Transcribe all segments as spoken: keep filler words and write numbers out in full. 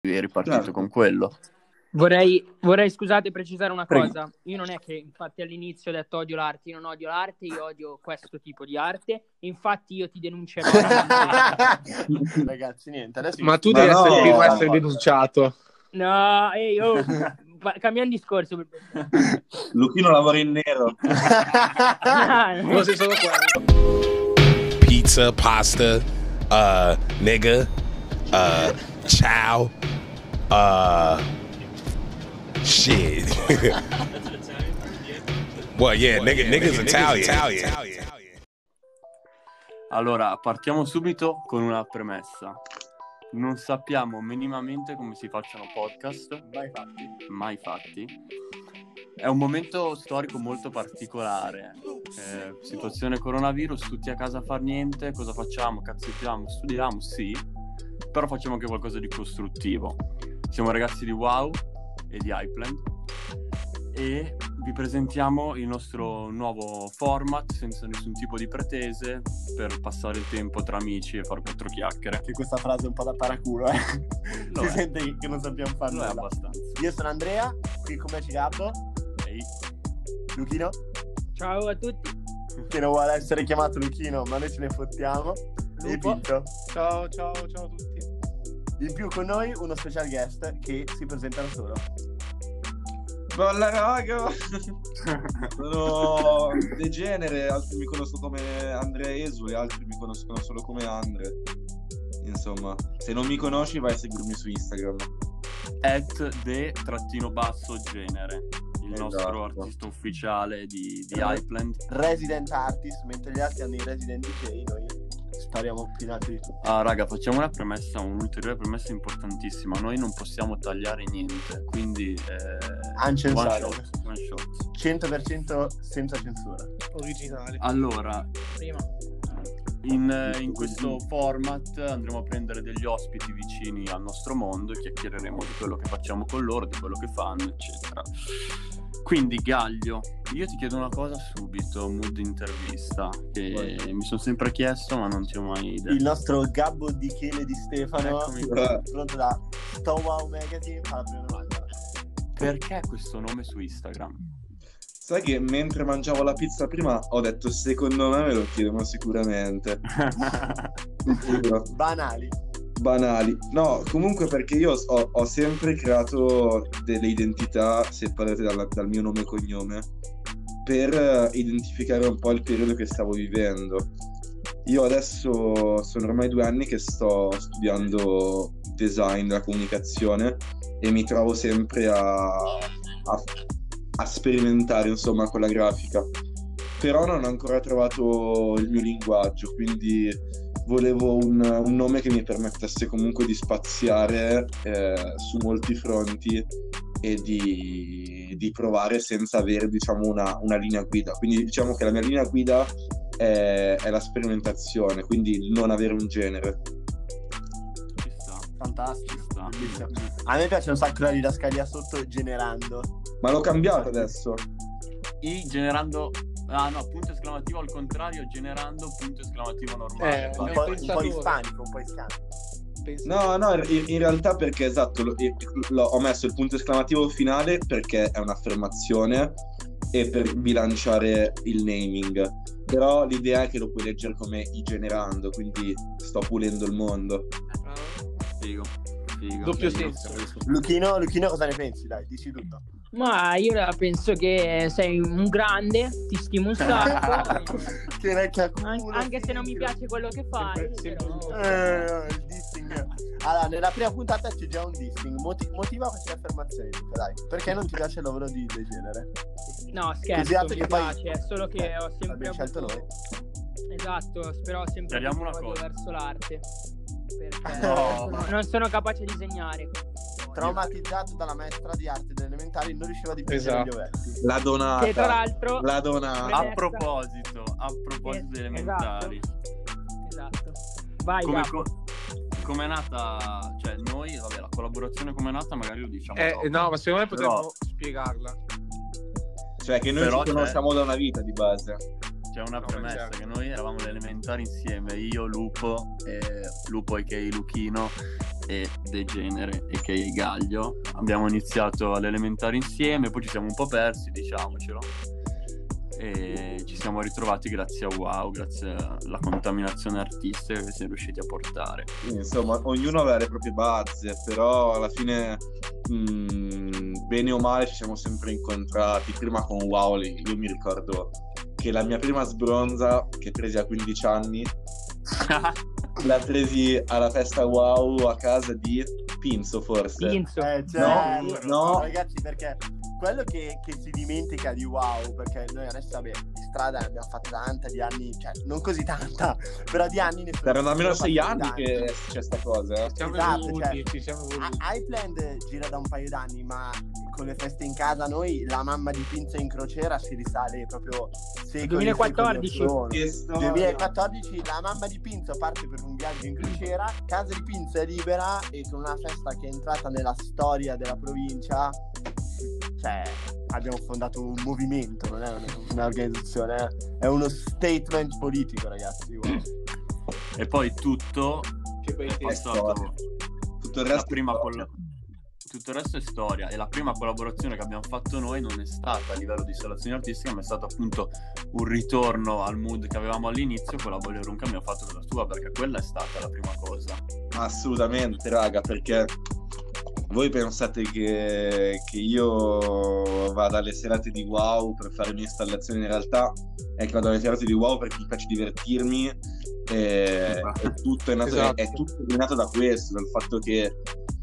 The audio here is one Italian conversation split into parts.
eri partito Certo. con quello. Vorrei, vorrei, scusate, precisare una Prego. cosa. Io non è che, infatti, all'inizio ho detto odio l'arte. Io non odio l'arte, io odio questo tipo di arte. Infatti io ti denuncerò. Ragazzi, niente, adesso Ma tu Ma devi no, essere il primo a no. essere denunciato. No, ehi, oh, va- cambiamo discorso. Luchino lavora in nero. Non sei solo quello. Pizza, pasta, uh, nigga, uh, ciao, uh, shit. Well, yeah, nigga, nigga's Italian. Italian. Allora, partiamo subito con una premessa. Non sappiamo minimamente come si facciano podcast, Mai fatti. mai fatti. È un momento storico molto particolare. Eh, situazione coronavirus, tutti a casa a far niente, cosa facciamo? Cazzeggiamo, studiamo, sì, però facciamo anche qualcosa di costruttivo. Siamo ragazzi di Wow e di Hypeland e vi presentiamo il nostro nuovo format senza nessun tipo di pretese per passare il tempo tra amici e fare quattro chiacchiere. Che questa frase è un po' da paraculo, eh. Lo Si è. sente che non sappiamo fare Lo è nulla. abbastanza. Io sono Andrea, qui con me c'è Gabbo, Ehi. Luchino, Ciao a tutti. che non vuole essere chiamato Luchino, ma noi ce ne fottiamo, e Lupo. Pinto. Ciao, ciao, ciao a tutti. In più con noi uno special guest che si presenta da solo. Bella raga. Sono degenere, altri mi conoscono come Andrea Esu e altri mi conoscono solo come Andre. Insomma, se non mi conosci vai a seguirmi su Instagram. At de trattino basso genere, il Esatto. nostro artista ufficiale di, di Hypeland. Resident artist, mentre gli altri hanno i resident D J, noi spariamo più in alto di tutti. Ah, raga, facciamo una premessa, un'ulteriore premessa importantissima. Noi non possiamo tagliare niente, quindi eh, Uncensored. one shot, one shot. cento per cento senza censura. Originali. Allora, Prima. in, in questo format andremo a prendere degli ospiti vicini al nostro mondo e chiacchiereremo di quello che facciamo con loro, di quello che fanno, eccetera. Quindi Gaglio, io ti chiedo una cosa subito, mood intervista, che Vai. mi sono sempre chiesto ma non ti ho mai detto. Il nostro Gabbo di Chele di Stefano, Eccomi qua. pronto da Sto Wow Magazine, fa la prima domanda. Perché questo nome su Instagram? Sai che mentre mangiavo la pizza prima ho detto secondo me me lo chiedono sicuramente. Giuro. Banali. Banali. No, comunque perché io ho, ho sempre creato delle identità separate dalla- dal mio nome e cognome per eh, identificare un po' il periodo che stavo vivendo. Io adesso sono ormai due anni che sto studiando design della comunicazione e mi trovo sempre a, a, a sperimentare, insomma, con la grafica. Però non ho ancora trovato il mio linguaggio, quindi volevo un, un nome che mi permettesse comunque di spaziare eh, su molti fronti e di, di provare senza avere, diciamo, una, una linea guida. Quindi diciamo che la mia linea guida è, è la sperimentazione, quindi il non avere un genere. Ci sta, Fantastico. ci sta. Bellissimo. A me piace un sacco la didascalia sotto generando. Ma l'ho cambiato adesso. I generando... Ah no, punto esclamativo al contrario, generando punto esclamativo normale. Eh, Un Abbiamo po', un pensato po' ora. ispanico, un po' ispanico. Penso- No, no, in, in realtà perché esatto, lo- lo- ho messo il punto esclamativo finale perché è un'affermazione e per bilanciare il naming. Però l'idea è che lo puoi leggere come i generando, quindi sto pulendo il mondo. Ah, Figo, figo. Doppio Figo. senso. Luchino, Luchino, cosa ne pensi? Dai, dici tutto. Ma io la penso che sei un grande, ti stimo un sacco. Che vecchia An- culo. anche se non mi piace quello che fai. Sempre- però- Eh, il dissing. Allora, nella prima puntata c'è già un dissing. Moti- motiva queste affermazioni, Luca, dai. Perché non ti piace il lavoro di, del genere? No, Così scherzo, altro mi che poi- piace, è solo che Eh, ho sempre l'abbiamo scelto avuto... noi. Esatto, però ho sempre Chiariamo avuto una un odio cosa. verso l'arte. Perché No. sono- non sono capace a disegnare. Traumatizzato dalla maestra di arte delle elementari, non riusciva a dipingere Esatto. gli ovetti. La donata. Che tra l'altro... La donata. A proposito, a proposito Eh, di elementari, Esatto. Vai, come, Gabbo. co- come è nata, cioè noi, vabbè, la collaborazione come è nata magari lo diciamo Eh, dopo. no, ma secondo me potremmo Però- spiegarla. Cioè che noi Però ci conosciamo da una vita di base. C'è una No, premessa certo. che noi eravamo alle elementari insieme, io, Lupo, e Lupo e che Luchino, e Degenere e che è Gaglio. Abbiamo iniziato all'elementare insieme, poi ci siamo un po' persi, diciamocelo, e ci siamo ritrovati grazie a Wow, grazie alla contaminazione artistica che siamo riusciti a portare. Insomma, ognuno aveva le proprie base, però alla fine mh, bene o male ci siamo sempre incontrati. Prima con Wow, lì, io mi ricordo che la mia prima sbronza che presi a quindici anni la presi alla festa Wow a casa di Pinzo, forse. Pinzo. Eh, cioè, No, no. ragazzi, perché quello che, che si dimentica di Wow, perché noi adesso, vabbè, di strada ne abbiamo fatta tanta di anni, cioè non così tanta, però di anni ne sono. Erano almeno sei passati anni tanti. che c'è sta cosa, eh. Siamo Esatto, evoluti, cioè, ci siamo evoluti. I- Highland gira da un paio d'anni, ma con le feste in casa noi, la mamma di Pinza in crociera si risale proprio secoli, duemilaquattordici. secoli or sono. Che storia. duemilaquattordici la mamma di Pinzo parte per un viaggio in crociera, casa di Pinzo è libera e con una festa che è entrata nella storia della provincia, cioè abbiamo fondato un movimento, non è un- un'organizzazione, eh. È uno statement politico, ragazzi. Wow. E poi tutto Che bei è tempi. passato. Tutto il La resto prima è colla- tutto il resto è storia, e la prima collaborazione che abbiamo fatto noi non è stata a livello di installazione artistica, ma è stato appunto un ritorno al mood che avevamo all'inizio con la Boiler Room che abbiamo fatto con la tua, perché quella è stata la prima cosa. assolutamente, raga, perché voi pensate che, che io vada alle serate di Wow per fare le mie installazioni? In realtà è che vado alle serate di Wow perché mi piace divertirmi, e, e tutto è nato, Esatto. è, è tutto nato da questo, dal fatto che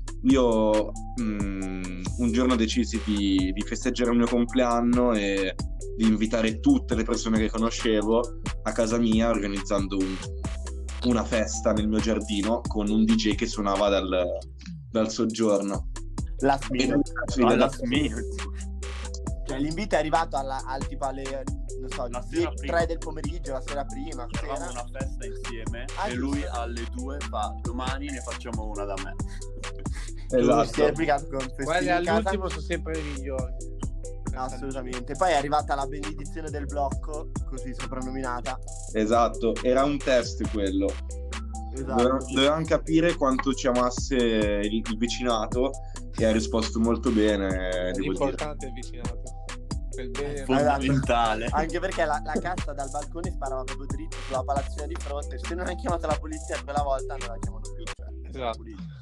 io mh, un giorno decisi di, di festeggiare il mio compleanno e di invitare tutte le persone che conoscevo a casa mia, organizzando un- una festa nel mio giardino con un D J che suonava dal, dal soggiorno. Last E minute. Ah, last minute. Cioè, l'invito è arrivato alla, al tipo alle, non so, La sera dieci, prima. tre del pomeriggio, la sera prima. Facevamo sera. una festa insieme Ah, e lui giusto. alle due fa: domani ne facciamo una da me. Si è Esatto. replicato con festini Quelli in casa. all'ultimo sono sempre le migliori. Assolutamente. Poi è arrivata la benedizione del blocco, così soprannominata. Esatto, era un test quello. Esatto. Dove- Dovevamo capire quanto ci amasse il, il vicinato, e ha risposto molto bene, devo dire. L'importante è il vicinato. Per il bene. Esatto. Fondamentale. Anche perché la, la cassa dal balcone sparava proprio dritto sulla palazzina di fronte. Se non hai chiamato la polizia quella volta non la chiamano più. Cioè, Esatto.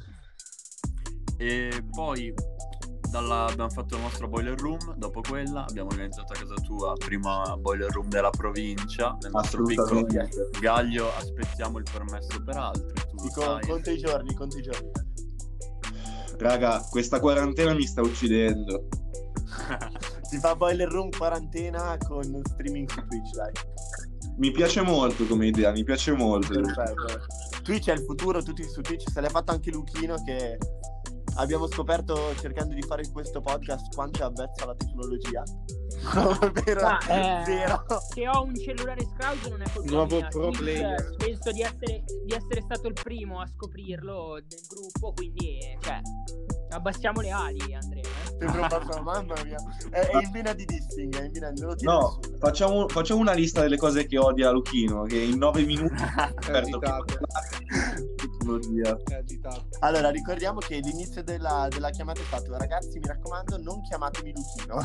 E poi dalla- abbiamo fatto il nostro boiler room. Dopo quella abbiamo organizzato a casa tua prima boiler room della provincia, nel nostro piccolo Assolutamente. Gaglio. Aspettiamo il permesso per altri, tu lo Dico, sai. conta i giorni, conta i giorni. Raga, questa quarantena mi sta uccidendo. Si fa boiler room quarantena con streaming su Twitch, dai. Mi piace molto come idea, mi piace molto. Perfetto. Twitch è il futuro, tutti su Twitch. Se l'è fatto anche Luchino, che abbiamo scoperto cercando di fare questo podcast quanto è avvezza la tecnologia. Ovvero Ma, eh, zero. Se ho un cellulare scrauso non è colpa Nuovo mia. pro Twitch, player. penso di essere, di essere stato il primo a scoprirlo del gruppo, quindi cioè abbassiamo le ali, Andrea. eh. Sembra un bambino, mamma mia. È, è in vena di dissing, è in vena, non lo tira No, nessuno. facciamo, facciamo una lista delle cose che odia Luchino, che in nove minuti ha scoperto che agitato. tecnologia. È agitato. Allora, ricordiamo che l'inizio della, della chiamata è stato: ragazzi, mi raccomando, non chiamatemi Luchino.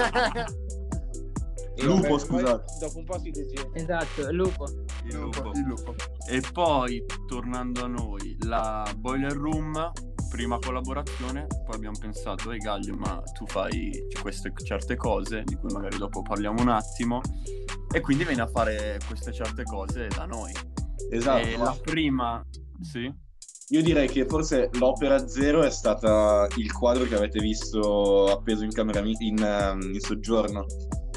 E Lupo, vabbè, poi scusate. Dopo un po' si degenera. Esatto, lupo. Il lupo. Il lupo. E poi, tornando a noi, la boiler room, prima collaborazione, poi abbiamo pensato, ehi Gaglio, ma tu fai queste certe cose, di cui magari dopo parliamo un attimo, e quindi vieni a fare queste certe cose da noi. Esatto. E la prima, sì, Io direi che forse l'opera zero è stata il quadro che avete visto appeso in camera mi- in, ehm, in soggiorno,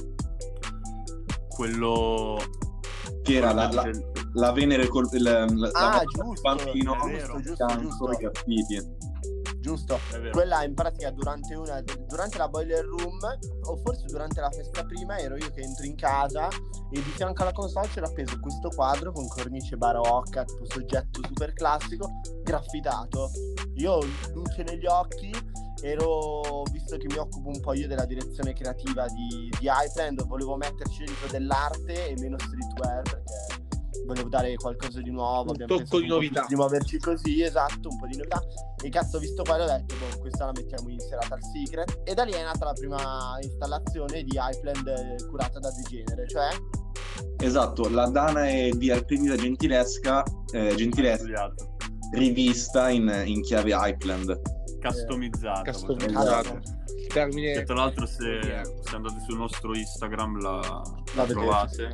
quello... che era la, la, del- la Venere col il, la, la Ah, del giusto, bambino è vero, giusto, fianco, giusto. i graffiti. Giusto. è vero. Quella in pratica durante una durante la boiler room, o forse durante la festa prima, ero io che entro in casa e di fianco alla console c'era appeso questo quadro con cornice barocca, tipo soggetto super classico, graffitato. Io luce negli occhi, ero, visto che mi occupo un po' io della direzione creativa di, di Highland, volevo metterci dentro dell'arte e meno streetwear perché volevo dare qualcosa di nuovo. Un abbiamo tocco pensato di un po' novità. di muoverci così, esatto, un po' di novità. E cazzo, ho visto quello e ho detto, boh, questa la mettiamo in serata al Secret. E da lì è nata la prima installazione di Hypeland eh, curata da Degenere, cioè... Esatto, la Danae di Artemisia Gentilesca, eh, Gentilesca Studiato. rivista in, in chiave Hypeland. Customizzato. Customizzato. Termine... Che tra l'altro se, se andate sul nostro Instagram la, la La vedete, trovate.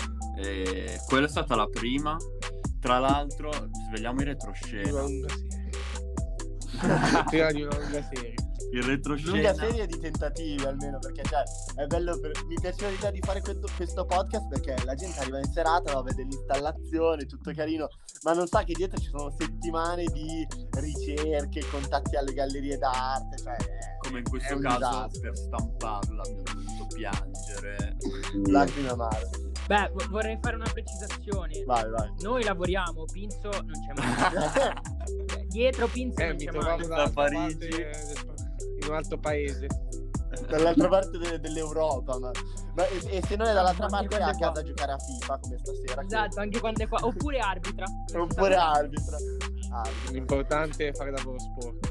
E quella è stata la prima. Tra l'altro svegliamo il Una retroscena. lunga serie. Prima di una lunga serie. Il retroscena. Lunga serie di tentativi almeno, perché cioè è bello per... mi piaceva l'idea di fare questo, questo podcast perché la gente arriva in serata, no, vede l'installazione, tutto carino, ma non sa che dietro ci sono settimane di ricerche, contatti alle gallerie d'arte, cioè Come in è questo un caso disastro. per stamparla abbiamo dovuto piangere. Lacrime amare. Beh, vo- vorrei fare una precisazione. Vai, vai. Noi lavoriamo, Pinzo non c'è mai. Dietro Pinzo Eh, non mi c'è trovavo mai. dall'altra Parigi. parte del- in un altro paese. Dall'altra parte de- dell'Europa, ma, ma e, e se non è dall'altra Anche parte è quando a è qua. casa a giocare a FIFA come stasera. che- Esatto, anche quando è qua. Oppure arbitra. Oppure arbitra. Arbitra. L'importante è fare lavoro sporco.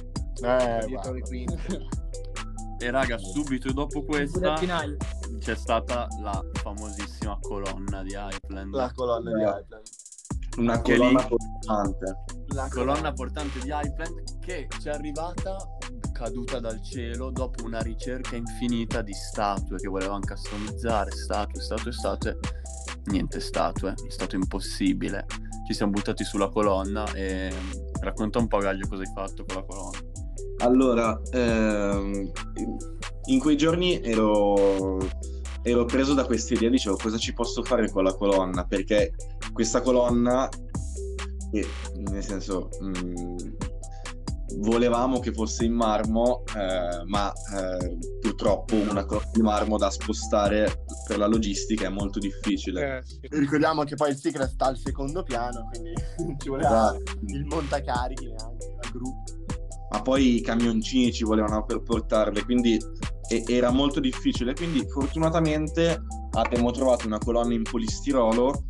Eh, Dietro le guarda. quinte. E raga, subito dopo Pure questa al finale. c'è stata la famosissima colonna di Hypeland. La colonna di Hypeland. Una Anche colonna lì. portante. La colonna portante di Hypeland che ci è arrivata caduta dal cielo dopo una ricerca infinita di statue che volevano customizzare, statue, statue, statue, niente statue, è stato impossibile. Ci siamo buttati sulla colonna e racconta un po' Gaglio cosa hai fatto con la colonna. Allora, ehm, in quei giorni ero, ero preso da questa idea, dicevo cosa ci posso fare con la colonna, perché questa colonna, eh, nel senso, mh, volevamo che fosse in marmo, eh, ma eh, purtroppo una colonna di marmo da spostare per la logistica è molto difficile. Eh, sì. Ricordiamo che poi il Secret sta al secondo piano, quindi ci voleva Esatto. il montacarichi neanche, la gru. Ma poi i camioncini ci volevano per portarle, quindi e- era molto difficile. Quindi fortunatamente abbiamo trovato una colonna in polistirolo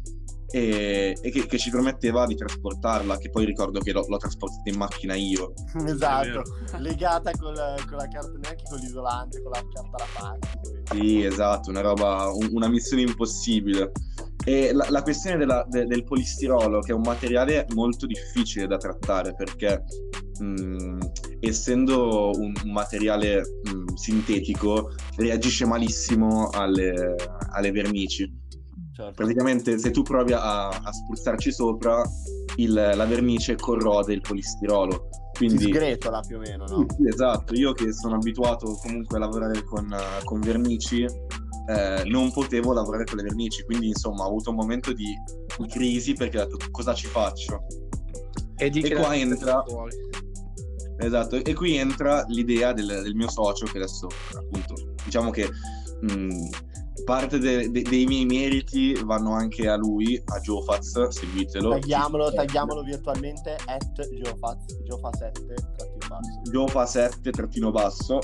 e, e che, che ci permetteva di trasportarla, che poi ricordo che l'ho, l'ho trasportata in macchina io. Esatto, legata con la, con la carta, neanche con l'isolante, con la carta da fax. Sì, esatto, una roba, un- una missione impossibile. E la, la questione della- de- del polistirolo, che è un materiale molto difficile da trattare perché mh, essendo un, un materiale mh, sintetico reagisce malissimo alle, alle vernici. Certo. Praticamente se tu provi a, a spruzzarci sopra il- la vernice corrode il polistirolo. Si Quindi sgretola più o meno, no? sì, esatto, io che sono abituato comunque a lavorare con, eh, con vernici, eh, non potevo lavorare con le vernici, quindi insomma ho avuto un momento di, di crisi perché ho detto cosa ci faccio? E, di E che qua la- entra- fuori. Esatto, e qui entra l'idea del, del mio socio che adesso appunto diciamo che mh, parte de- de- dei miei meriti vanno anche a lui, a Giofaz, seguitelo. Tagliamolo, tagliamolo virtualmente at Geofaz, Geofa sette, tratto in basso. Giofa sette trattino basso,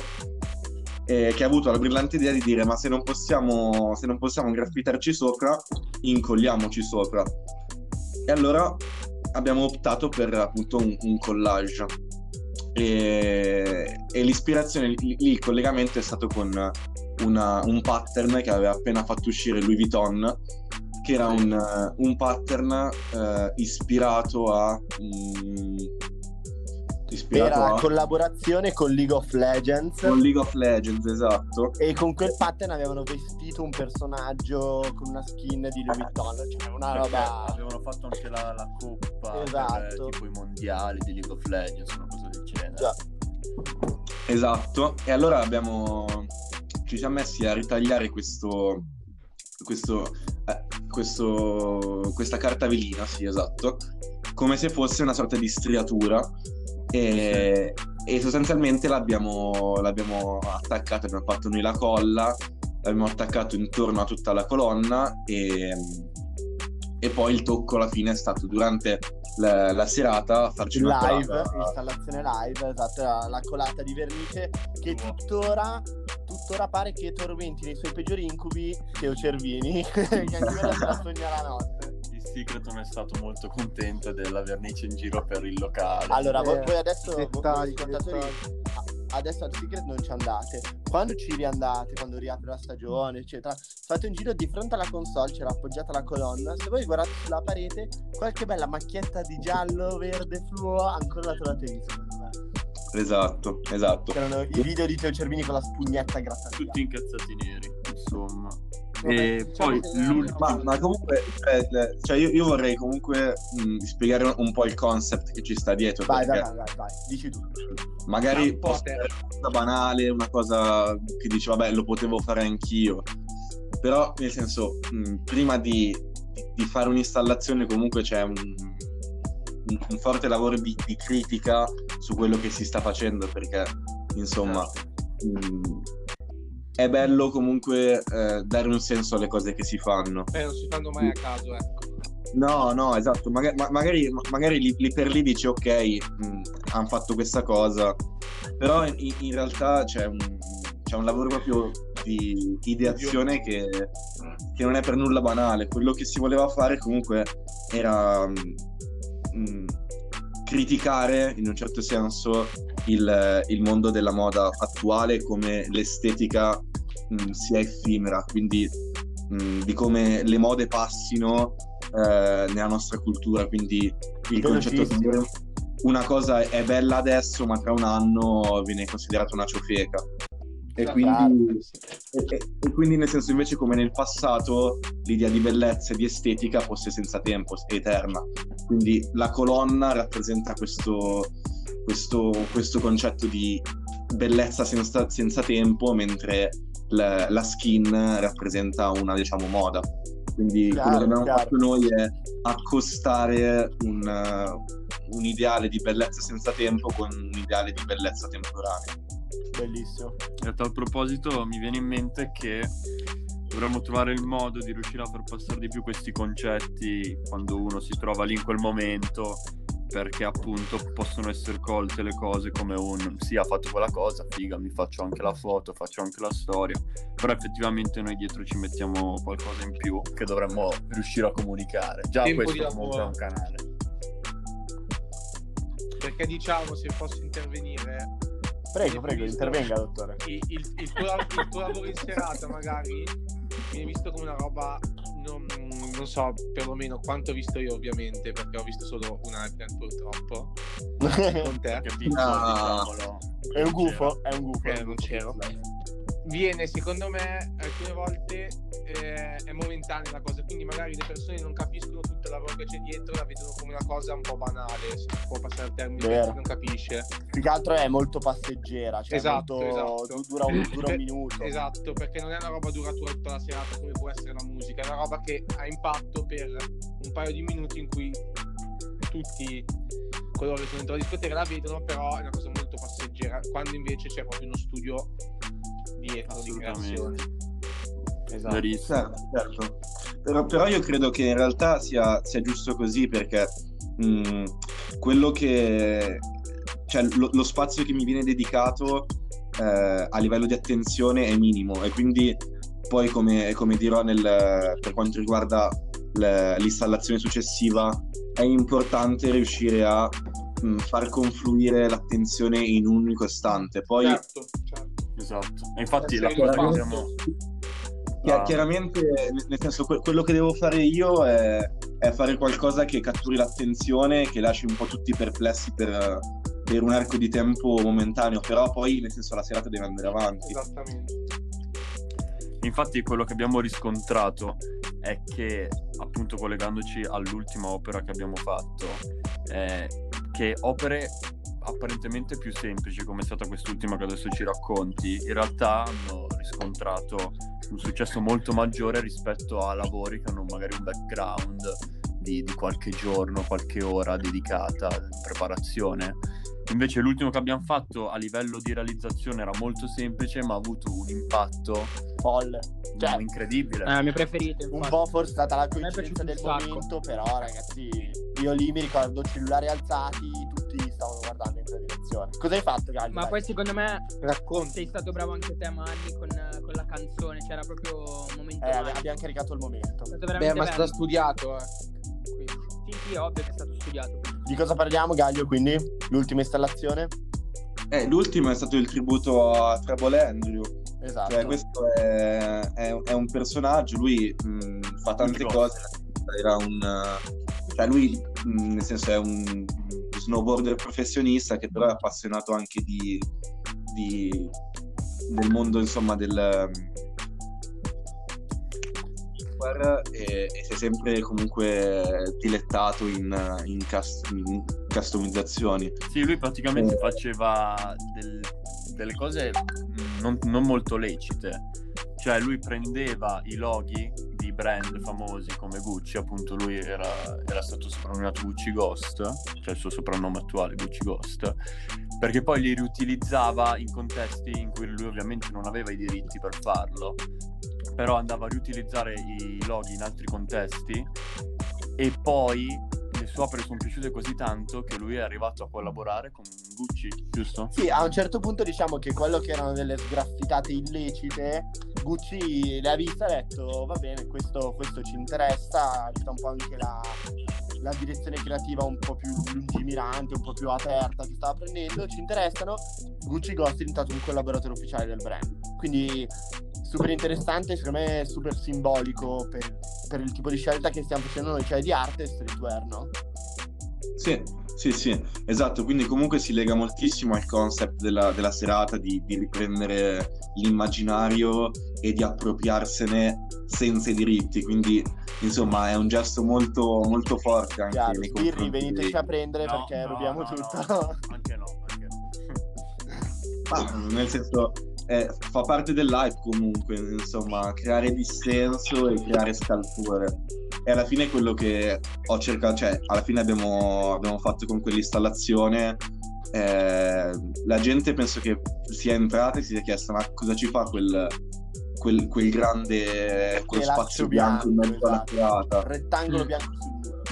eh, che ha avuto la brillante idea di dire ma se non possiamo se non possiamo graffitarci sopra, incolliamoci sopra. E allora abbiamo optato per appunto un, un collage e, e l'ispirazione lì, lì il collegamento è stato con una- un pattern che aveva appena fatto uscire Louis Vuitton, che era un, eh, un pattern eh, ispirato a mm, ispirato Era a collaborazione con League of Legends con League of Legends, esatto. e con quel pattern avevano vestito un personaggio con una skin di Louis Vuitton, cioè una Perché roba... avevano fatto anche la, la coppa Esatto. per, tipo i mondiali di League of Legends, una cosa del genere. Già. Esatto, e allora abbiamo ci siamo messi a ritagliare questo questo, eh, questo questa carta velina, sì, esatto, come se fosse una sorta di striatura e, e sostanzialmente l'abbiamo l'abbiamo attaccata, abbiamo fatto noi la colla, l'abbiamo attaccato intorno a tutta la colonna e, e poi il tocco alla fine è stato durante la, la serata a farci una Live, colata. installazione live, esatto, era la colata di vernice che tuttora tuttora pare che tormenti nei suoi peggiori incubi Teo Cervini che anche ora se la sogna la notte. Gli Secret non è stato molto contento della vernice in giro per il locale. Allora, voi, Eh, voi adesso, voi dettagli, ascoltatori, dettagli. a- adesso al Secret non ci andate. Quando ci riandate, quando riapre la stagione, eccetera, fate un giro di fronte alla console, c'era appoggiata la colonna. Se voi guardate sulla parete, qualche bella macchietta di giallo, verde, fluo, ancora la trovate lì, secondo me. Esatto, esatto. C'erano i video di Teo Cervini con la spugnetta grattata. Tutti incazzati neri, insomma. Vabbè, E diciamo poi che- l'ultimo... Ma, ma comunque, eh, eh, cioè io, io vorrei comunque mh, spiegare un, un po' il concept che ci sta dietro. Vai, vai, perché vai, vai, vai, dici tu. magari Un po' può te. essere una cosa banale, una cosa che dice, vabbè, lo potevo fare anch'io. Però, nel senso, mh, prima di, di- di fare un'installazione comunque c'è un, un- un forte lavoro di, di critica su quello che si sta facendo, perché, insomma, mh, è bello comunque eh, dare un senso alle cose che si fanno. Eh, non si fanno mai a caso, ecco. No, no, esatto, Maga- ma- magari, ma- magari lì, lì per lì dici ok, hanno fatto questa cosa, però in, in realtà c'è un, c'è un lavoro proprio di ideazione che, che non è per nulla banale. Quello che si voleva fare comunque era mm, criticare in un certo senso il, il mondo della moda attuale, come l'estetica mh, sia effimera, quindi mh, di come le mode passino eh, nella nostra cultura, quindi il concetto che una cosa è bella adesso ma tra un anno viene considerata una ciofeca. E quindi, e, e- e quindi nel senso, invece, come nel passato l'idea di bellezza e di estetica fosse senza tempo, eterna. Quindi la colonna rappresenta questo, questo, questo concetto di bellezza senza, senza tempo, mentre la, la skin rappresenta una, diciamo, moda. Quindi Chiaro, quello che abbiamo chiaro. fatto noi è accostare un, uh, un ideale di bellezza senza tempo con un ideale di bellezza temporanea. Bellissimo. E a tal proposito mi viene in mente che dovremmo trovare il modo di riuscire a far passare di più questi concetti quando uno si trova lì in quel momento, perché appunto possono essere colte le cose come un sì, ha fatto quella cosa, figa, mi faccio anche la foto, faccio anche la storia, però effettivamente noi dietro ci mettiamo qualcosa in più che dovremmo riuscire a comunicare. Già Tempo questo di comunque è lavoro. un canale. Perché diciamo, se posso intervenire, Prego, prego, intervenga, dottore. il, il- il tuo, il tuo lavoro in serata magari viene visto come una roba, non, non so perlomeno quanto ho visto io, ovviamente, perché ho visto solo un Alpen purtroppo con te. Capito? Ah. Diciamolo. È un gufo, è un gufo. Eh, non c'ero. Viene, secondo me, alcune volte eh, è momentanea la cosa, quindi magari le persone non capiscono tutto il lavoro che c'è dietro, la vedono come una cosa un po' banale, se può passare il termine, Vero. che non capisce. Più che altro è molto passeggera, cioè Esatto, molto- esatto. dura, un, dura un minuto. Esatto, perché non è una roba duratura tutta la serata come può essere la musica, è una roba che ha impatto per un paio di minuti in cui tutti coloro che sono dentro la discoteca la vedono, però è una cosa molto passeggera, quando invece c'è proprio uno studio dietro di creazione. Esatto. Verissimo. Certo, certo. Però, però io credo che in realtà sia, sia giusto così, perché mh, quello che cioè lo, lo spazio che mi viene dedicato eh, a livello di attenzione è minimo, e quindi poi come, come dirò nel, per quanto riguarda le- l'installazione successiva, è importante riuscire a mh, far confluire l'attenzione in un unico istante. Poi Certo, certo. Esatto. E infatti Essere la cosa che fatto. abbiamo... Chi- Ah. chiaramente, nel senso, que- quello che devo fare io è, è fare qualcosa che catturi l'attenzione, che lasci un po' tutti perplessi per, per un arco di tempo momentaneo, però poi, nel senso, la serata deve andare avanti. Esattamente. Infatti quello che abbiamo riscontrato è che, appunto collegandoci all'ultima opera che abbiamo fatto, è che opere apparentemente più semplici, come è stata quest'ultima che adesso ci racconti, in realtà hanno riscontrato un successo molto maggiore rispetto a lavori che hanno magari un background di, di qualche giorno, qualche ora dedicata in preparazione. Invece l'ultimo che abbiamo fatto a livello di realizzazione era molto semplice, ma ha avuto un impatto Folle. Cioè, no, incredibile. È il mio preferito, un infatti. po' forse è stata la mi è coincidenza piaciuto del un sacco. momento, però ragazzi, io lì mi ricordo cellulari alzati, tutti stavano guardando in quella direzione. Cosa hai fatto, Galli? Ma Dai. poi secondo me Racconti. sei stato bravo anche te, Manni, con, con la canzone. C'era proprio un momento Eh, magico. abbiamo caricato il momento. È stato Beh, veramente ma è stato bello. studiato, eh. Quindi, sì, sì, è ovvio che è stato studiato. Di cosa parliamo, Gaglio, quindi? L'ultima installazione? Eh, l'ultimo è stato il tributo a Treble Andrew. Esatto. Cioè, questo è, è- è un personaggio, lui mh, fa tante Grosso. cose. Era un, cioè lui, mh, nel senso, è un snowboarder professionista che però è appassionato anche di, di- del mondo, insomma, del e, e si è sempre comunque dilettato in, in, cust- in customizzazioni. Sì, lui praticamente Eh. faceva del- delle cose mh, non, non molto lecite. Cioè lui prendeva i loghi di brand famosi come Gucci, appunto lui era, era stato soprannominato Gucci Ghost, cioè il suo soprannome attuale, Gucci Ghost, perché poi li riutilizzava in contesti in cui lui ovviamente non aveva i diritti per farlo, però andava a riutilizzare i loghi in altri contesti e poi le sue opere sono piaciute così tanto che lui è arrivato a collaborare con Gucci, giusto? Sì, a un certo punto diciamo che quello che erano delle sgraffitate illecite, Gucci le ha viste e ha detto va bene, questo, questo ci interessa, ha visto un po' anche la, la direzione creativa un po' più lungimirante, un po' più aperta che stava prendendo, ci interessano. Gucci Ghost è diventato un collaboratore ufficiale del brand, quindi super interessante, secondo me super simbolico per, per il tipo di scelta che stiamo facendo noi, cioè di arte e streetwear, no? Sì, sì, sì, esatto, quindi comunque si lega moltissimo al concept della, della serata di, di riprendere l'immaginario e di appropriarsene senza i diritti, quindi insomma è un gesto molto, molto forte anche Chiaro, nei Sbirri, confronti veniteci dei- a prendere No, perché no, rubiamo no, tutto. no. Anche no, anche no. Ma, nel senso, eh, fa parte dell'hype comunque, insomma, creare dissenso e creare scalpore. E alla fine è quello che ho cercato, cioè, alla fine abbiamo, abbiamo fatto con quell'installazione. Eh, la gente penso che sia entrata e si sia chiesta: ma cosa ci fa quel, quel, quel grande, quello Telaccio spazio bianco in mezzo alla esatto. serata? Rettangolo Mm. bianco sul muro.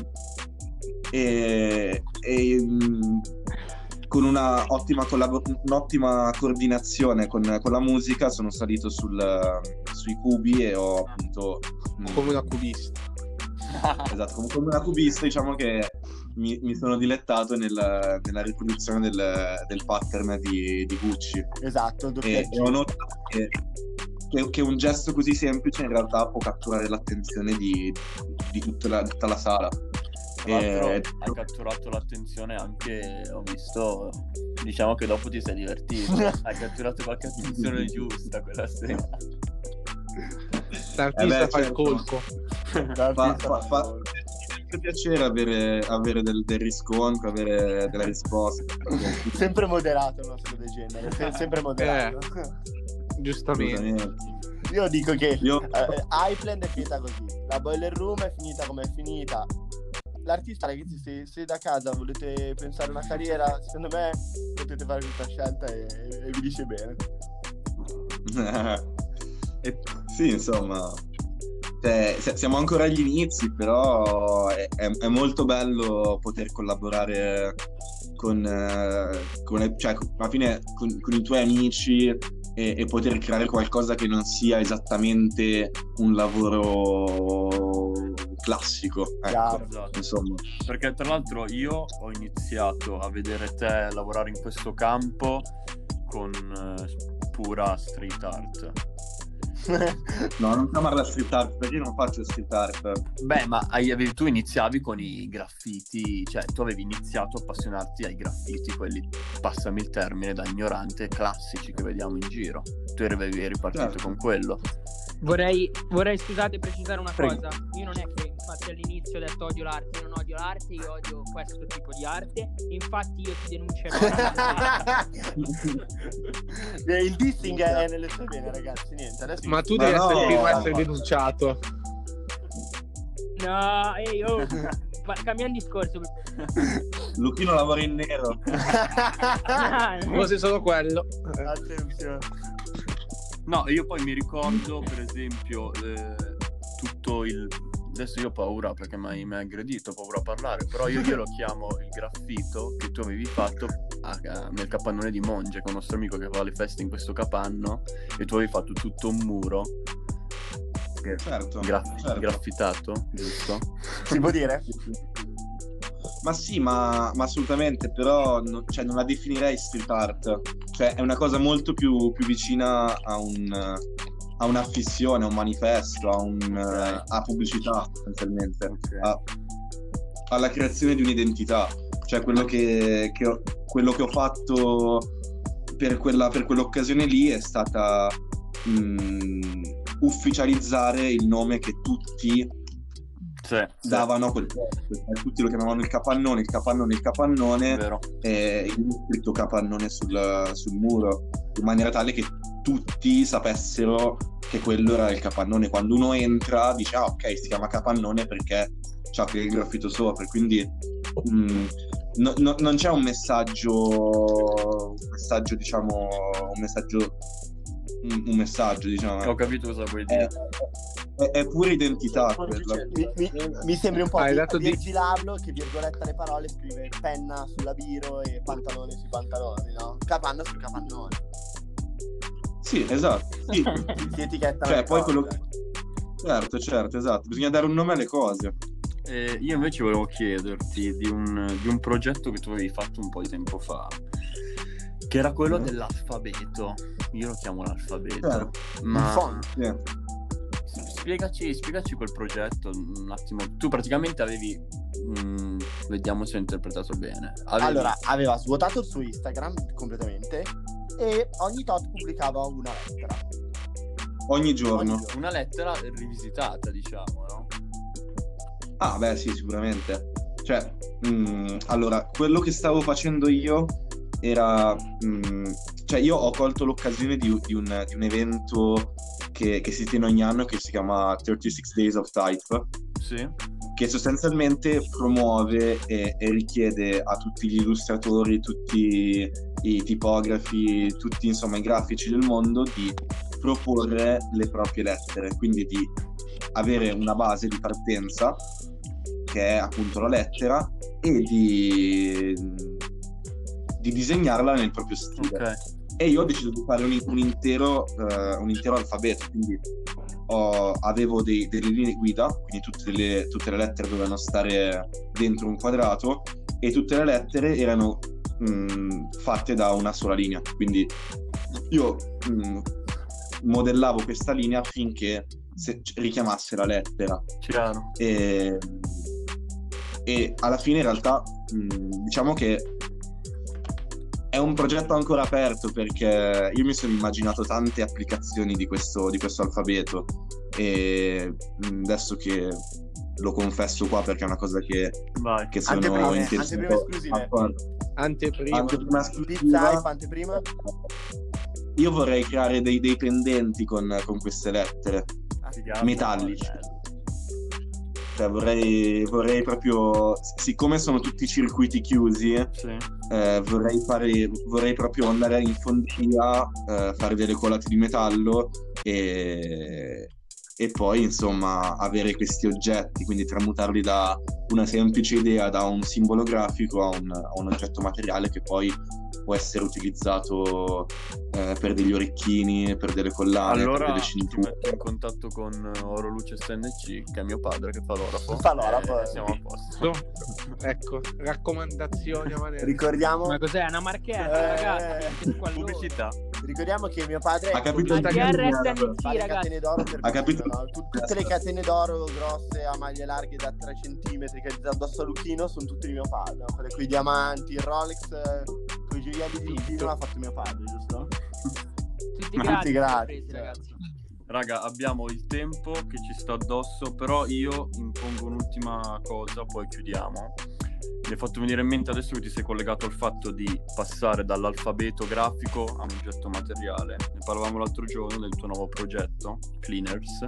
e, e, mh, con una ottima, collabo- un'ottima coordinazione con, con la musica sono salito sul, sui cubi e ho appunto mh, Come una cubista. esatto, come, come una cubista, diciamo che mi, mi sono dilettato nel- nella riproduzione del, del pattern di, di Gucci Esatto, e, doppia e ho notato che, che, che un gesto così semplice in realtà può catturare l'attenzione di, di tutta, la, tutta la sala. Tra l'altro Eh, ha catturato l'attenzione anche, ho visto, diciamo che dopo ti sei divertito, hai catturato qualche attenzione giusta quella sera. L'artista Eh beh, fa il certo. colpo. fa, fa, fa sempre piacere avere, avere del, del riscontro, avere delle risposte. Sempre moderato il nostro De Genere, se- sempre moderato. Giustamente. Assolutamente. Io dico che Io- eh, Highland è finita così, la Boiler Room è finita come è finita. L'artista, ragazzi, se, se da casa volete pensare una carriera, secondo me potete fare questa scelta e, e vi dice bene. E- sì, insomma, cioè, se- siamo ancora agli inizi, però è, è- è molto bello poter collaborare con, eh, con- cioè, alla fine con, con i tuoi amici e, e poter creare qualcosa che non sia esattamente un lavoro classico, Chiaro. ecco, Esatto. insomma. Perché tra l'altro io ho iniziato a vedere te lavorare in questo campo con eh, pura street art. No, non chiamarla street art perché io non faccio street art. Beh, ma hai- avevi- tu iniziavi con i graffiti, cioè tu avevi iniziato a appassionarti ai graffiti, quelli, passami il termine, da ignorante, classici che vediamo in giro. Tu eri, eri partito Certo. con quello. Vorrei, vorrei, scusate, precisare una Prego. cosa. Io non è che infatti all'inizio ho detto odio l'arte, io non odio l'arte, io odio questo tipo di arte. Infatti io ti denuncerò. Eh, il dissing è nelle sue vene, ragazzi, niente. Adesso Ma tu Ma devi no, essere il primo a essere no. denunciato. No, ehi, oh. Ma cambiamo discorso. Luchino lavora in nero. Forse solo quello. Attenzione. No, io poi mi ricordo, per esempio, eh, tutto il... Adesso io ho paura perché mi hai mi hai aggredito, ho paura a parlare, però io, io lo chiamo il graffito che tu avevi fatto a- a- nel capannone di Monge, con un nostro amico che fa le feste in questo capanno, e tu avevi fatto tutto un muro Che Certo, graf- certo. graffitato, giusto? Si può dire? Ma sì, ma, ma assolutamente, però no- cioè, non la definirei street art. Cioè, è una cosa molto più, più vicina a un, a un'affissione, a un manifesto, a, un, Ok. a pubblicità, essenzialmente, Ok. a- alla creazione di un'identità. Cioè, quello che, che ho, quello che ho fatto per, quella, per quell'occasione lì è stata mh, ufficializzare il nome che tutti Sì, sì, davano a quel posto. Cioè, tutti lo chiamavano il capannone, il capannone, il capannone, vero. e il scritto capannone sul, sul muro, in maniera tale che tutti sapessero che quello era il capannone. Quando uno entra dice ah ok, si chiama capannone perché c'ha quel graffito sopra, quindi mh, no- no- non c'è un messaggio un messaggio diciamo un messaggio un, un messaggio diciamo Ho capito cosa vuoi è, dire. è- è pura identità quella. Mi, mi- mi sembri un po' Hai di dato di- Virgil Abloh che virgoletta le parole scrive penna sulla biro e pantalone sui pantaloni, no? Capanna sul capannone. Sì, esatto, sì. Si etichettano Cioè, le poi cose. quello certo, certo, esatto, bisogna dare un nome alle cose. Eh, io invece volevo chiederti di un, di un progetto che tu avevi fatto un po' di tempo fa, che era quello Mm. dell'alfabeto. Io lo chiamo l'alfabeto. Certo. Ma Un font. Sì. spiegaci, spiegaci quel progetto un attimo. Tu praticamente avevi, mm, vediamo se ho interpretato bene. Avevi- Allora, aveva svuotato il suo Instagram completamente e ogni tot pubblicava una lettera. Ogni giorno. Ogni giorno. una lettera rivisitata, diciamo, no? Ah, beh, sì, sicuramente. Cioè, mh, allora, quello che stavo facendo io era... mh, cioè, io ho colto l'occasione di, di un, di un evento che, che si tiene ogni anno che si chiama trentasei Days of Type, Sì. che sostanzialmente promuove e, e richiede a tutti gli illustratori, tutti i tipografi, tutti insomma i grafici del mondo di proporre le proprie lettere, quindi di avere una base di partenza che è appunto la lettera e di, di disegnarla nel proprio stile. Ok. E io ho deciso di fare un, un intero, eh, un intero alfabeto, quindi ho- avevo dei- delle linee guida, quindi tutte le, tutte le lettere dovevano stare dentro un quadrato e tutte le lettere erano mh, fatte da una sola linea, quindi io mh, modellavo questa linea affinché se- richiamasse la lettera. Chiaro. E, e alla fine in realtà mh, diciamo che è un progetto ancora aperto perché io mi sono immaginato tante applicazioni di questo, di questo alfabeto e mh, adesso che lo confesso qua perché è una cosa che, Vai. che sono Anteprime, intenzionato anteprime esclusive. a fare. Anteprima. Anteprima Pizza esclusiva. e anteprima. Io vorrei creare dei, dei pendenti con, con queste lettere, Figata. metallici. Cioè vorrei, vorrei proprio, siccome sono tutti circuiti chiusi, Sì. eh, vorrei fare, vorrei proprio andare in fonderia, eh, fare delle colate di metallo e, e poi insomma avere questi oggetti, quindi tramutarli da una semplice idea, da un simbolo grafico a un, a un oggetto materiale che poi può essere utilizzato eh, per degli orecchini, per delle collane, per Allora delle ti cinture. metto in contatto con Oro Luce S N C, che è mio padre che fa l'orafo. Fa l'orafo. E siamo a posto. Ecco, raccomandazioni a manera. Ricordiamo, Ma cos'è? Una marchetta, Eh. ragazzi? Che squallone. Pubblicità. ricordiamo che mio padre Ha capito Ma sta che R S cazzata. N C, fa le ragazzi? catene d'oro per Ha capito? Luchino, no? Tut- tutte le catene d'oro grosse a maglie larghe da tre centimetri che da addosso a Luchino sono tutte di mio padre, no? Quelle con i diamanti, il Rolex con i gioielli di Luchino l'ha fatto mio padre, giusto? Tutti Ma gratis, tutti gratis, presi, cioè. ragazzi. Raga, abbiamo il tempo che ci sta addosso, però io impongo un'ultima cosa, poi chiudiamo. Mi hai fatto venire in mente adesso che ti sei collegato al fatto di passare dall'alfabeto grafico a un oggetto materiale. Ne parlavamo l'altro giorno del tuo nuovo progetto, Cleaners,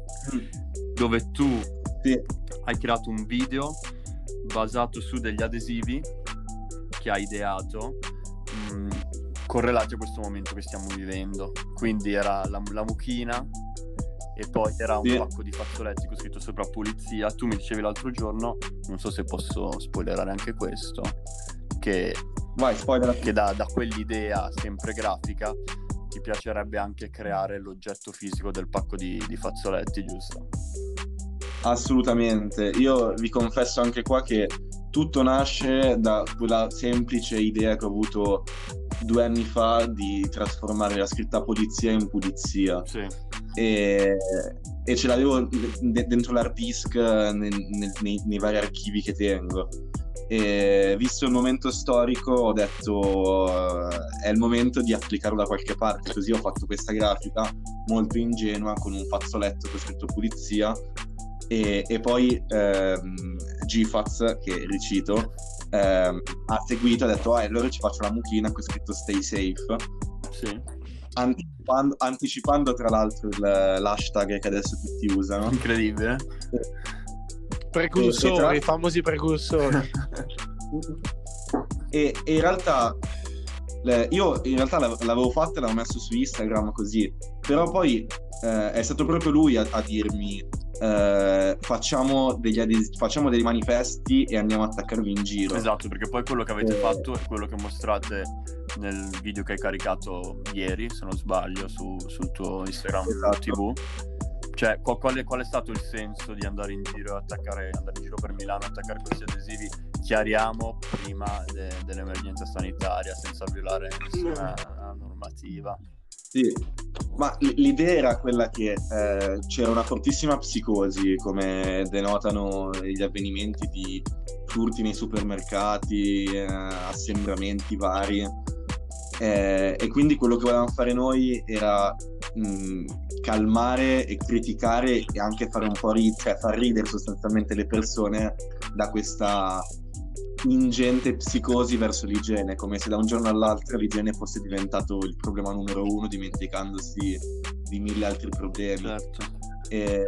dove tu Sì. hai creato un video basato su degli adesivi che hai ideato, mh, correlati a questo momento che stiamo vivendo. Quindi era la, la mucchina e poi era un Sì. pacco di fazzoletti con scritto sopra pulizia. Tu mi dicevi l'altro giorno, non so se posso spoilerare anche questo, che, Vai, spoiler. che da, da quell'idea sempre grafica ti piacerebbe anche creare l'oggetto fisico del pacco di, di fazzoletti, giusto? Assolutamente. Io vi confesso anche qua che tutto nasce da quella semplice idea che ho avuto due anni fa di trasformare la scritta polizia in pulizia. Sì. E, e ce l'avevo de- dentro l'hard disk nel- nel- nei, nei vari archivi che tengo. E visto il momento storico ho detto uh, è il momento di applicarlo da qualche parte, così ho fatto questa grafica molto ingenua con un fazzoletto con scritto pulizia e, e poi ehm, Gfaz, che ricito, ehm, ha seguito, ha detto ah, allora ci faccio la mucchina con scritto stay safe. Sì. Anticipando, anticipando tra l'altro il, l'hashtag che adesso tutti usano. Incredibile. Precursori, E- e tra- i famosi precursori. e, e in realtà le- io in realtà l'av- l'avevo fatta e l'avevo messo su Instagram così, però poi eh, è stato proprio lui a, a dirmi eh, facciamo degli ades- facciamo dei manifesti e andiamo a attaccarvi in giro. Esatto, perché poi quello che avete Eh. fatto è quello che mostrate nel video che hai caricato ieri, se non sbaglio, su, sul tuo Instagram Esatto. T V. Cioè, qual, qual, è, qual è stato il senso di andare in giro e attaccare, andare in giro per Milano e attaccare questi adesivi? Chiariamo prima de- dell'emergenza sanitaria, senza violare nessuna normativa. Sì, ma l- l'idea era quella che eh, c'era una fortissima psicosi, come denotano gli avvenimenti di furti nei supermercati, eh, assembramenti vari, eh, e quindi quello che volevamo fare noi era mh, calmare e criticare e anche fare un po' ri- cioè far ridere sostanzialmente le persone da questa ingente psicosi verso l'igiene, come se da un giorno all'altro l'igiene fosse diventato il problema numero uno, dimenticandosi di mille altri problemi. Certo. E,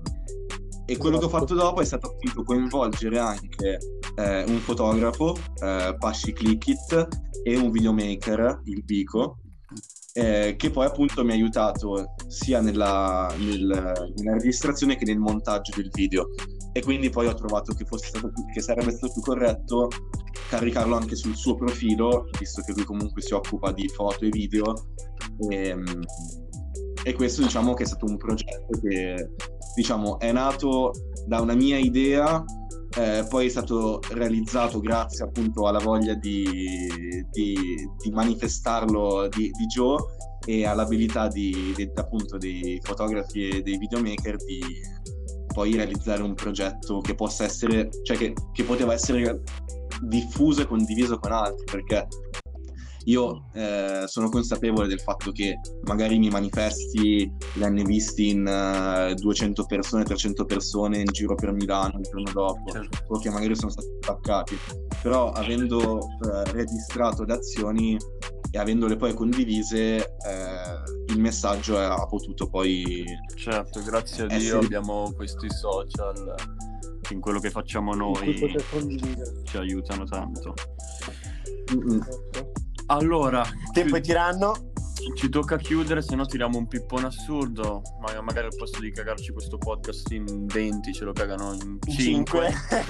e quello che ho fatto dopo è stato appunto coinvolgere anche eh, un fotografo, eh, Pasci Clickit, e un videomaker, il Pico, eh, che poi appunto mi ha aiutato sia nella, nel- nella registrazione che nel montaggio del video. E quindi poi ho trovato che fosse stato più- che sarebbe stato più corretto caricarlo anche sul suo profilo, visto che lui comunque si occupa di foto e video. E, e questo diciamo che è stato un progetto che diciamo è nato da una mia idea, eh, poi è stato realizzato grazie appunto alla voglia di, di, di manifestarlo di, di Joe e all'abilità di, di- appunto dei fotografi e dei videomaker di poi realizzare un progetto che possa essere, cioè che, che poteva essere diffuso e condiviso con altri, perché io eh, sono consapevole del fatto che magari i miei manifesti li hanno visti in eh, duecento persone, trecento persone in giro per Milano il giorno dopo, Certo. o che magari sono stati attaccati, però avendo eh, registrato le azioni e avendole poi condivise, eh, il messaggio ha potuto poi Certo, grazie a Dio essere- abbiamo questi social che in quello che facciamo In cui noi poter condividere. ci aiutano tanto. Mm-mm. Allora, Tempo e chi- tiranno. ci tocca chiudere, se no tiriamo un pippone assurdo. Ma magari al posto di cagarci questo podcast in venti ce lo cagano in cinque.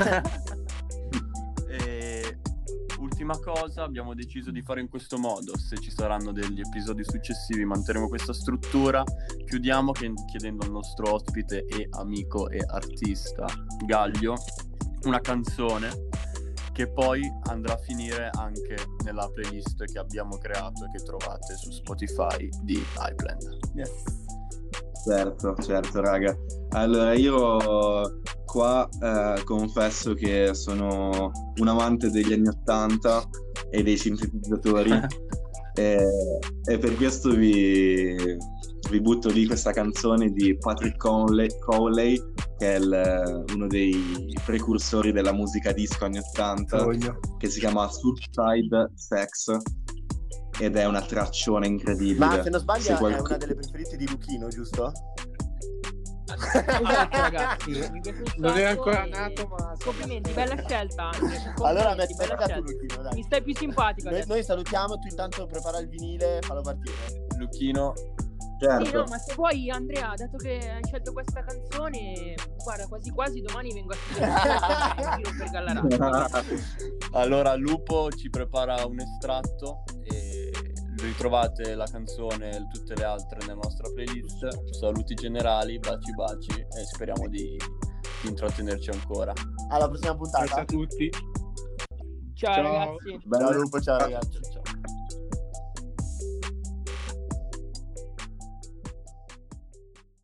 E ultima cosa, abbiamo deciso di fare in questo modo. Se ci saranno degli episodi successivi manterremo questa struttura. Chiudiamo che- chiedendo al nostro ospite e amico e artista Gaglio una canzone che poi andrà a finire anche nella playlist che abbiamo creato e che trovate su Spotify di Hypeland. Yes. Certo, certo, raga. Allora, io qua eh, confesso che sono un amante degli anni Ottanta e dei sintetizzatori e, e per questo vi, vi butto lì questa canzone di Patrick Cowley, Cowley che è il- uno dei precursori della musica disco anni Ottanta, Voglio. che si chiama Suicide Sex ed è una tracciona incredibile. Ma se non sbaglio Se è qualcuno- una delle preferite di Luchino, giusto? Esatto, ragazzi. Mi piace un Non è sacco ancora e- nato, ma Complimenti, bella scelta. Andre. Complimenti, Allora metti bella tocca tu, scelta. Luchino, Mi dai. stai più simpatico Noi, adesso. noi salutiamo, tu intanto prepara il vinile, fallo partire. Luchino, Certo. Sì, no, ma se vuoi, Andrea, dato che hai scelto questa canzone, guarda, quasi quasi domani vengo a scrivere in giro per Gallarate. allora Lupo ci prepara un estratto e lo ritrovate la canzone e tutte le altre nella nostra playlist. Saluti generali, baci baci e speriamo di, di intrattenerci ancora. Alla prossima puntata. Grazie a tutti. Ciao, Ciao. ragazzi. Ciao Lupo, ciao ragazzi. Ciao.